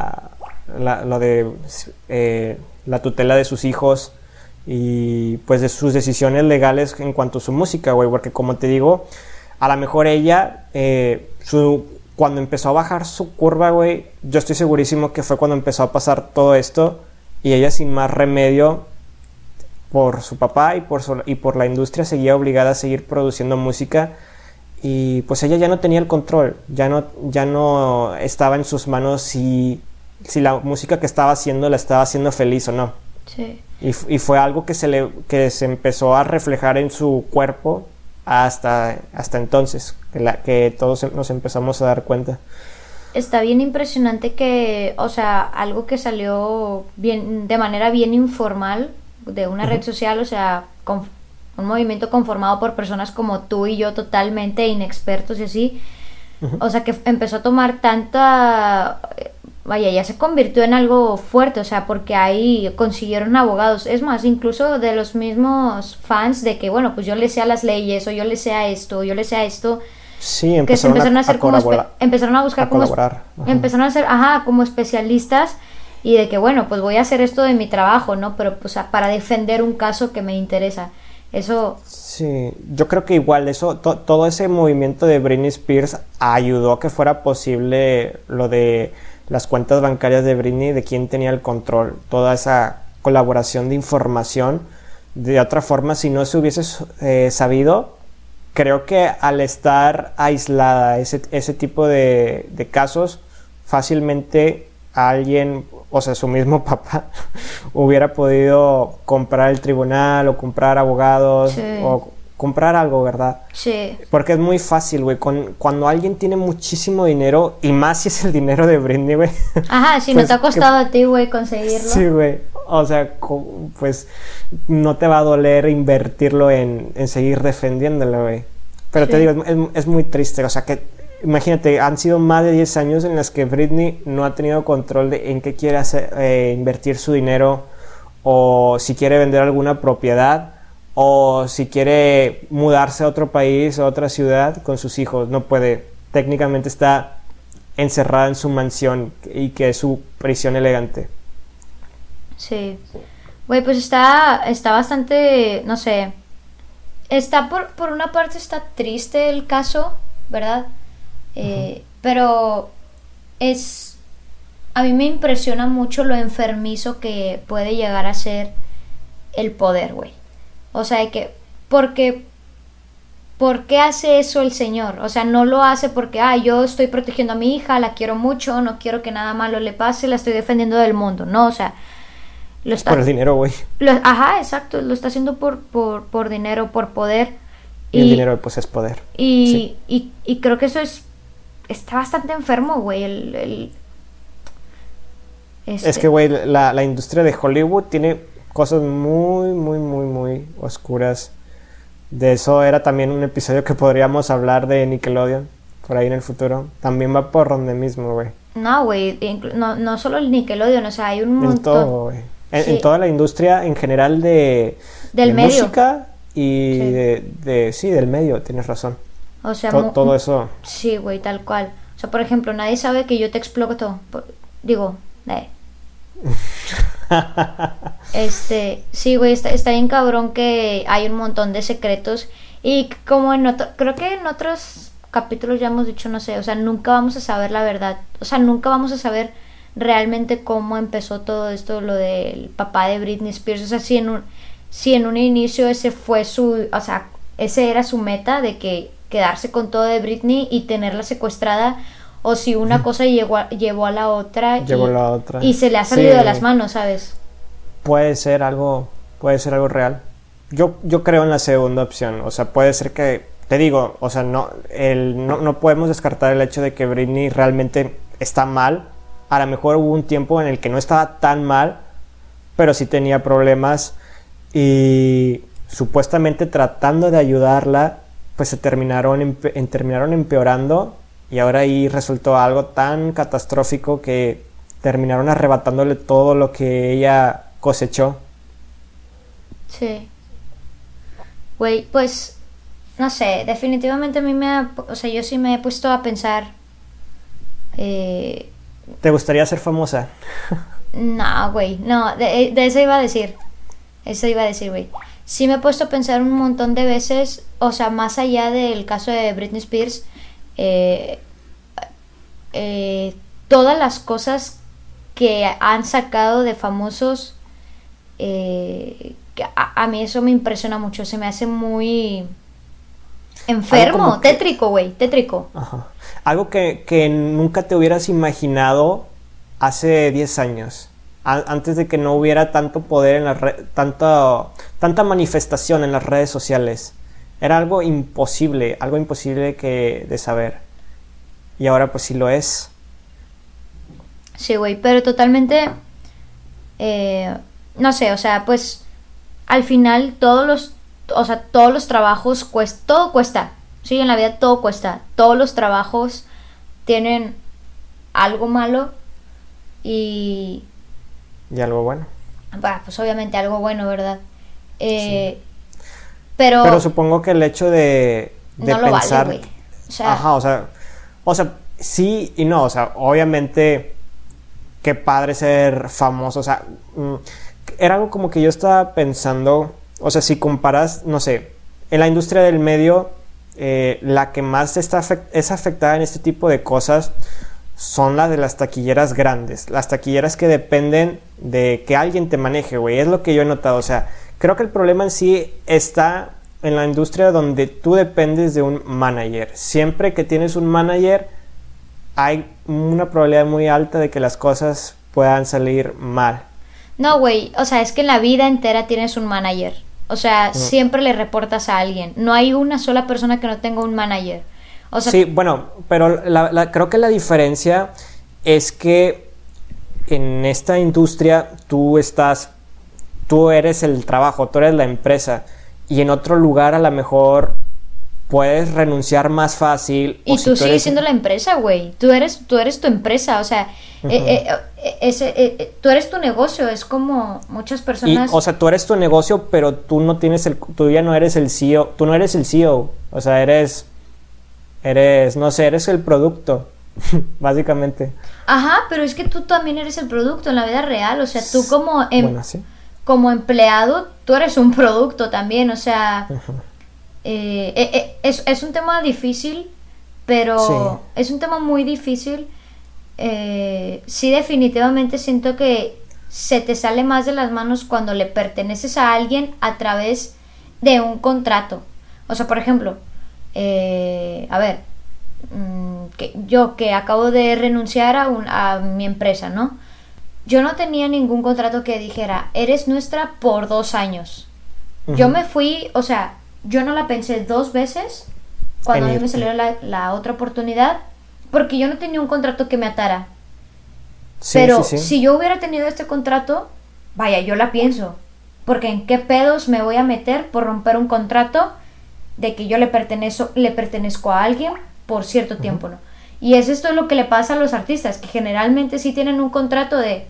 lo de la tutela de sus hijos y pues de sus decisiones legales en cuanto a su música, güey, porque como te digo, a lo mejor ella, cuando empezó a bajar su curva, güey, yo estoy segurísimo que fue cuando empezó a pasar todo esto y ella sin más remedio, por su papá y por la industria, seguía obligada a seguir produciendo música y pues ella ya no tenía el control, ya no estaba en sus manos si la música que estaba haciendo la estaba haciendo feliz o no. Sí. Y fue algo que se empezó a reflejar en su cuerpo hasta entonces, que todos nos empezamos a dar cuenta. Está bien impresionante que, o sea, algo que salió bien, de manera bien informal de una red social, o sea, un movimiento conformado por personas como tú y yo totalmente inexpertos y así, o sea, que empezó a tomar tanta, vaya, ya se convirtió en algo fuerte, o sea, porque ahí consiguieron abogados, es más, incluso de los mismos fans de que, bueno, pues yo le sé a las leyes, o yo le sé a esto, sí, empezaron a hacer empezaron a buscar como empezaron a hacer, como especialistas y de que bueno, pues voy a hacer esto de mi trabajo, ¿no? Pero pues para defender un caso que me interesa. Eso... Sí, yo creo que igual eso, todo ese movimiento de Britney Spears ayudó a que fuera posible lo de las cuentas bancarias de Britney, de quién tenía el control, toda esa colaboración de información. De otra forma, si no se hubiese sabido, creo que al estar aislada ese tipo de casos, fácilmente alguien, o sea, su mismo papá, hubiera podido comprar el tribunal o comprar abogados, sí, o comprar algo, ¿verdad? Sí. Porque es muy fácil, güey. Cuando alguien tiene muchísimo dinero, y más si es el dinero de Britney, güey. Ajá, si pues no te ha costado a ti, güey, conseguirlo. Sí, güey. O sea, pues no te va a doler invertirlo en seguir defendiéndolo, güey. Pero sí, te digo, es muy triste. O sea, que imagínate, han sido más de 10 años en los que Britney no ha tenido control de en qué quiere invertir su dinero, o si quiere vender alguna propiedad, o si quiere mudarse a otro país o a otra ciudad con sus hijos. No puede. Técnicamente está encerrada en su mansión y que es su prisión elegante. Sí. Güey, pues está bastante, no sé. Está por una parte está triste el caso, ¿verdad? Pero a mí me impresiona mucho lo enfermizo que puede llegar a ser el poder, güey. O sea, ¿por qué hace eso el señor? O sea, no lo hace porque, yo estoy protegiendo a mi hija, la quiero mucho, no quiero que nada malo le pase, la estoy defendiendo del mundo. No, o sea, Lo Por el está, dinero, güey. ajá, exacto, lo está haciendo por dinero, por poder. Y el Y, dinero, pues, es poder. Sí. y creo que eso está bastante enfermo, güey. Es que, güey, la industria de Hollywood tiene cosas muy, muy, muy, muy oscuras. De eso era también un episodio que podríamos hablar de Nickelodeon, por ahí en el futuro. También va por donde mismo, güey. No, güey, no solo el Nickelodeon, o sea, hay un En montón. todo, güey. En Sí, toda la industria en general del de medio. música y Sí. sí, del medio, tienes razón. O sea, Todo eso. sí, güey, tal cual. O sea, por ejemplo, nadie sabe que yo te exploto. Digo, sí, güey, está bien cabrón que hay un montón de secretos. Y como creo que en otros capítulos ya hemos dicho, no sé, o sea, nunca vamos a saber la verdad. O sea, nunca vamos a saber realmente cómo empezó todo esto, lo del papá de Britney Spears. O sea, si en un inicio o sea, ese era su meta de que quedarse con todo de Britney y tenerla secuestrada, o si una cosa llevó a la otra Llevó la otra. y se le ha salido de las manos, ¿sabes? Puede ser algo real. Yo creo en la segunda opción. O sea, puede ser que, te digo, o sea, no podemos descartar el hecho de que Britney realmente está mal. A lo mejor hubo un tiempo en el que no estaba tan mal, pero sí tenía problemas y supuestamente tratando de ayudarla, pues se terminaron empeorando y ahora ahí resultó algo tan catastrófico que terminaron arrebatándole todo lo que ella cosechó. Sí. Güey, pues, no sé, definitivamente a mí o sea, yo sí me he puesto a pensar, eh, ¿Te gustaría ser famosa? no, güey, no, de eso iba a decir, güey. Sí me he puesto a pensar un montón de veces, o sea, más allá del caso de Britney Spears, eh, todas las cosas que han sacado de famosos, que a mí eso me impresiona mucho, se me hace muy enfermo, tétrico, güey, tétrico. Ajá. Algo que nunca te hubieras imaginado hace 10 años, antes de que no hubiera tanto poder en tanta manifestación en las redes sociales. Era algo imposible de saber. Y ahora pues sí lo es. Sí, güey, pero totalmente, no sé, o sea, pues al final o sea, todos los trabajos todo cuesta, sí, en la vida todo cuesta, todos los trabajos tienen algo malo y Y algo bueno. pues obviamente algo bueno, ¿verdad? Sí. Pero Pero supongo que el hecho de no lo pensar... vale, güey. O sea, Ajá, o sea, sí y no, o sea, obviamente qué padre ser famoso, o sea, era algo como que yo estaba pensando, o sea, si comparas, no sé, en la industria del medio, la que más es afectada en este tipo de cosas son las de las taquilleras grandes, las taquilleras que dependen de que alguien te maneje, güey, es lo que yo he notado, o sea, creo que el problema en sí está en la industria donde tú dependes de un manager. Siempre que tienes un manager, hay una probabilidad muy alta de que las cosas puedan salir mal. no, güey, o sea, es que en la vida entera tienes un manager. O sea, siempre le reportas a alguien. No hay una sola persona que no tenga un manager. O sea, Sí, bueno, pero creo que la diferencia es que en esta industria tú eres el trabajo, tú eres la empresa, y en otro lugar a lo mejor puedes renunciar más fácil. y O tú si sigues siendo la empresa, güey. Tú eres tu empresa, o sea, tú eres tu negocio. Es como muchas personas. o sea, tú eres tu negocio, pero tú ya no eres el CEO, tú no eres el CEO, o sea, no sé, eres el producto, básicamente. Ajá, pero es que tú también eres el producto en la vida real. O sea, tú Bueno, sí. como empleado, tú eres un producto también. O sea, es un tema difícil, pero Sí. es un tema muy difícil. Sí, definitivamente siento que se te sale más de las manos cuando le perteneces a alguien a través de un contrato. O sea, por ejemplo, a ver, que yo que acabo de renunciar a mi empresa, ¿no? yo no tenía ningún contrato que dijera, eres nuestra por 2 años. Yo me fui, o sea, yo no la pensé 2 veces cuando a mí me salió la otra oportunidad, porque yo no tenía un contrato que me atara. Pero si yo hubiera tenido este contrato, vaya, yo la pienso, porque en qué pedos me voy a meter por romper un contrato de que yo le pertenezco a alguien por cierto tiempo, ¿no? Y es esto lo que le pasa a los artistas, que generalmente sí tienen un contrato de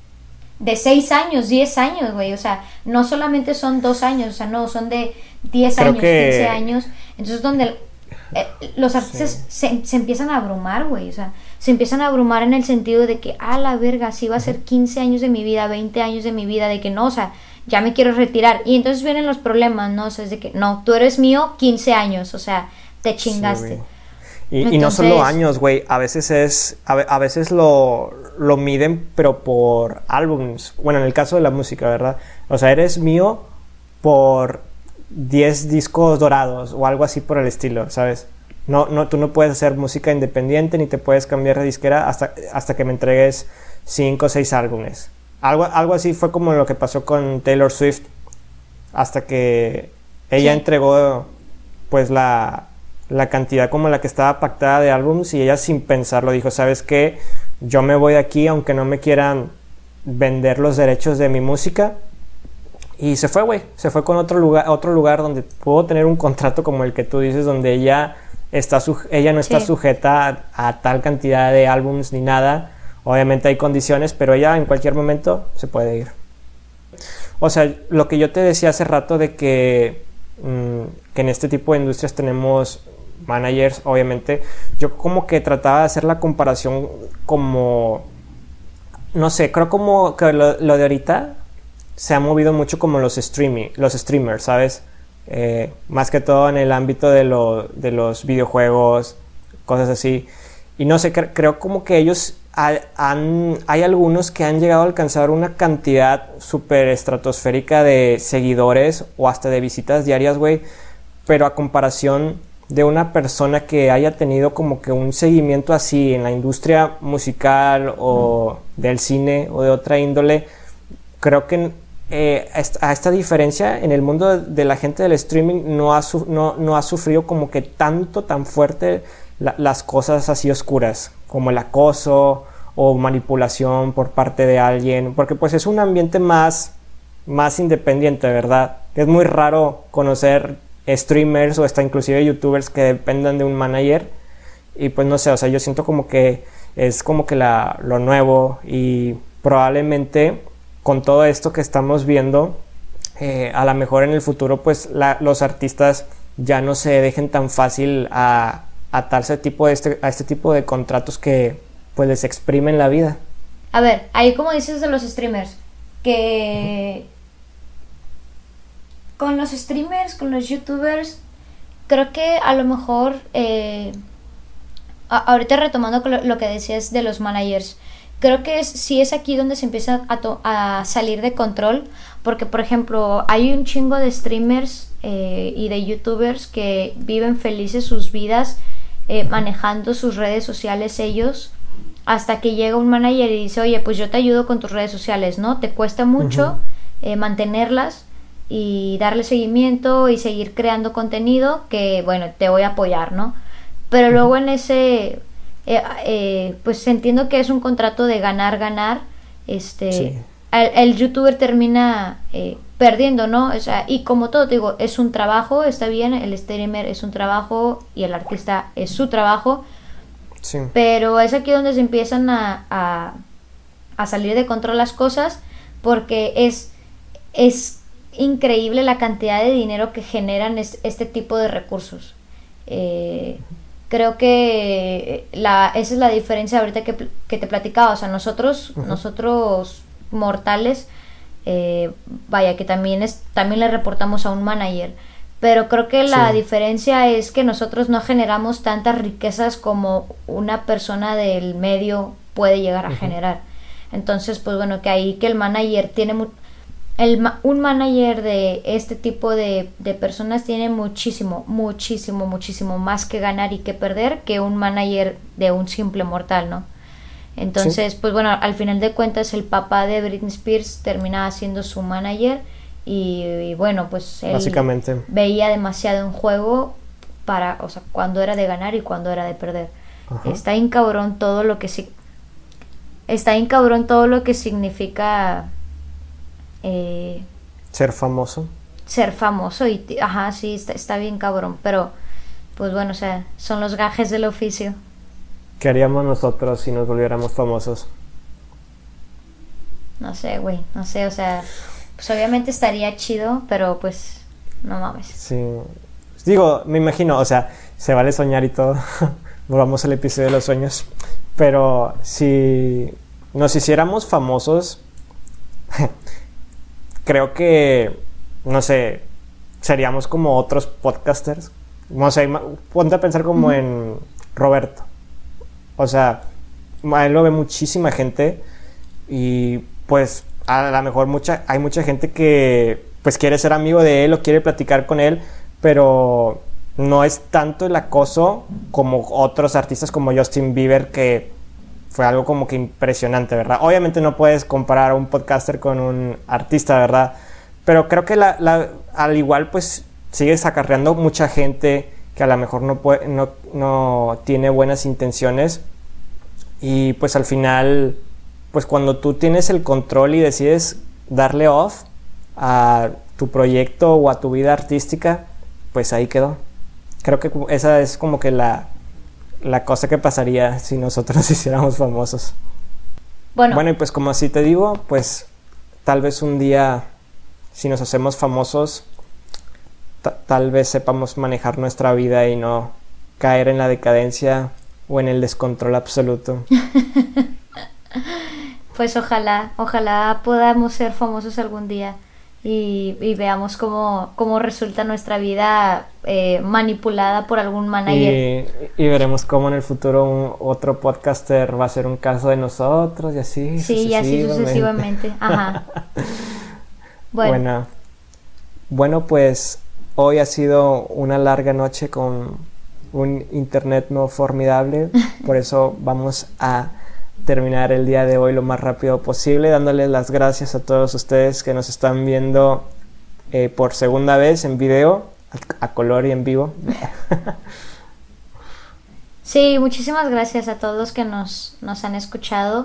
6 años, 10 años, güey, o sea, no solamente son 2 años, o sea, no, son de 10 años, 15 años, entonces donde los artistas se empiezan a abrumar, güey, o sea, se empiezan a abrumar en el sentido de que, la verga, sí va a ser 15 años de mi vida, 20 años de mi vida, de que no, o sea, ya me quiero retirar, y entonces vienen los problemas, ¿no? O sea, es de que, no, tú eres mío 15 años, o sea, te chingaste. Sí, y no solo años, güey, a veces lo miden, pero por álbums, bueno, en el caso de la música, ¿verdad? O sea, eres mío por 10 discos dorados o algo así por el estilo, ¿sabes? No, tú no puedes hacer música independiente ni te puedes cambiar de disquera hasta que me entregues 5 o 6 álbumes. Algo así fue como lo que pasó con Taylor Swift, hasta que ella entregó pues la cantidad como la que estaba pactada de álbums, y ella sin pensarlo dijo, ¿sabes qué? Yo me voy de aquí aunque no me quieran vender los derechos de mi música. Y se fue, güey. Se fue con otro lugar donde pudo tener un contrato como el que tú dices, donde ella no está sujeta a tal cantidad de álbums ni nada. Obviamente hay condiciones, pero ella en cualquier momento se puede ir. O sea, lo que yo te decía hace rato de que en este tipo de industrias tenemos managers, obviamente, yo como que trataba de hacer la comparación como, no sé, creo como que lo de ahorita se ha movido mucho como los streamers, ¿sabes? Más que todo en el ámbito de los videojuegos, cosas así. Y no sé, creo como que ellos hay algunos que han llegado a alcanzar una cantidad súper estratosférica de seguidores o hasta de visitas diarias, güey. Pero a comparación de una persona que haya tenido como que un seguimiento así en la industria musical o del cine o de otra índole, creo que a esta diferencia en el mundo de la gente del streaming no ha sufrido como que tan fuerte las cosas así oscuras como el acoso o manipulación por parte de alguien, porque pues es un ambiente más independiente, ¿verdad? Es muy raro conocer streamers o hasta inclusive youtubers que dependan de un manager, y pues no sé, o sea, yo siento como que es como que lo nuevo, y probablemente con todo esto que estamos viendo, a lo mejor en el futuro pues los artistas ya no se dejen tan fácil a este tipo de contratos que pues les exprimen la vida. A ver, ahí como dices de los streamers, que con los streamers, con los youtubers, creo que a lo mejor ahorita retomando lo que decías de los managers, creo que sí es aquí donde se empieza a salir de control, porque por ejemplo hay un chingo de streamers y de youtubers que viven felices sus vidas manejando sus redes sociales ellos, hasta que llega un manager y dice, oye, pues yo te ayudo con tus redes sociales, ¿no? Te cuesta mucho mantenerlas y darle seguimiento y seguir creando contenido, que bueno, te voy a apoyar, ¿no? Pero luego en ese pues entiendo que es un contrato de ganar, el youtuber termina perdiendo, ¿no? O sea, y como todo, te digo, es un trabajo, está bien, el streamer es un trabajo y el artista es su trabajo, pero es aquí donde se empiezan a salir de control las cosas, porque es increíble la cantidad de dinero que generan este tipo de recursos. Creo que esa es la diferencia ahorita que te platicaba. O sea, nosotros mortales, vaya, que también le reportamos a un manager, pero creo que la diferencia es que nosotros no generamos tantas riquezas como una persona del medio puede llegar a generar. Entonces, pues bueno, que ahí que el manager tiene un manager de este tipo de personas tiene muchísimo más que ganar y que perder que un manager de un simple mortal, ¿no? Entonces, pues bueno, al final de cuentas el papá de Britney Spears terminaba siendo su manager y bueno, pues él básicamente veía demasiado en juego para, o sea, cuándo era de ganar y cuándo era de perder. Ajá. Está bien cabrón todo lo que significa ser famoso. ser famoso y ajá, sí, está bien cabrón, pero pues bueno, o sea, son los gajes del oficio. ¿Qué haríamos nosotros si nos volviéramos famosos? No sé, güey, no sé, o sea, pues obviamente estaría chido, pero pues no mames. Sí. Digo, me imagino, o sea, se vale soñar y todo. Volvamos al episodio de los sueños. Pero si nos hiciéramos famosos, creo que, no sé, seríamos como otros podcasters. No sé, ponte a pensar como en Roberto. O sea, a él lo ve muchísima gente y pues a lo mejor hay mucha gente que pues quiere ser amigo de él o quiere platicar con él, pero no es tanto el acoso como otros artistas como Justin Bieber, que fue algo como que impresionante, ¿verdad? Obviamente no puedes comparar a un podcaster con un artista, ¿verdad? Pero creo que al igual pues sigues acarreando mucha gente que a lo mejor no tiene buenas intenciones y pues al final pues cuando tú tienes el control y decides darle off a tu proyecto o a tu vida artística, pues ahí quedó. Creo que esa es como que la cosa que pasaría si nosotros hiciéramos famosos. Bueno, y pues como así te digo, pues tal vez un día, si nos hacemos famosos, tal vez sepamos manejar nuestra vida y no caer en la decadencia o en el descontrol absoluto. Pues ojalá podamos ser famosos algún día y veamos cómo resulta nuestra vida manipulada por algún manager. Y veremos cómo en el futuro otro podcaster va a ser un caso de nosotros y así. Sí, y así sucesivamente. Ajá. Bueno, pues hoy ha sido una larga noche con un internet no formidable, por eso vamos a terminar el día de hoy lo más rápido posible, dándoles las gracias a todos ustedes que nos están viendo por segunda vez en video, a color y en vivo. Sí, muchísimas gracias a todos los que nos han escuchado.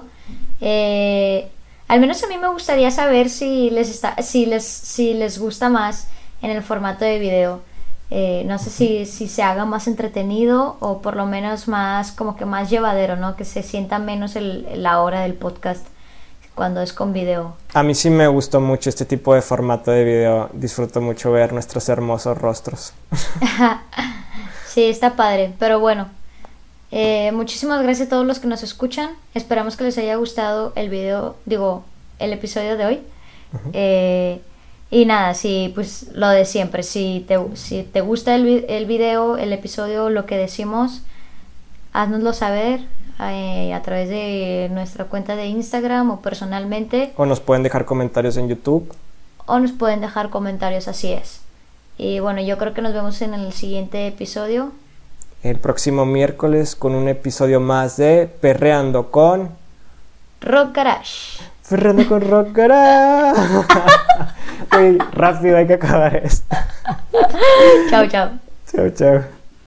Al menos a mí me gustaría saber si les gusta más en el formato de video. No sé si se haga más entretenido o por lo menos más como que más llevadero, ¿no? Que se sienta menos la hora del podcast cuando es con video. A mí sí me gustó mucho este tipo de formato de video. Disfruto mucho ver nuestros hermosos rostros. Sí, está padre, pero bueno. Muchísimas gracias a todos los que nos escuchan. Esperamos que les haya gustado el episodio de hoy. Uh-huh. Y nada, sí, pues lo de siempre, si te gusta el video, el episodio, lo que decimos, haznoslo saber a través de nuestra cuenta de Instagram o personalmente. O nos pueden dejar comentarios en YouTube. Así es. Y bueno, yo creo que nos vemos en el siguiente episodio. El próximo miércoles con un episodio más de Perreando con Rock Garage. Perreando con Rock Garage. Uy, rápido, hay que acabar esto. Chao, chao. Chao, chao.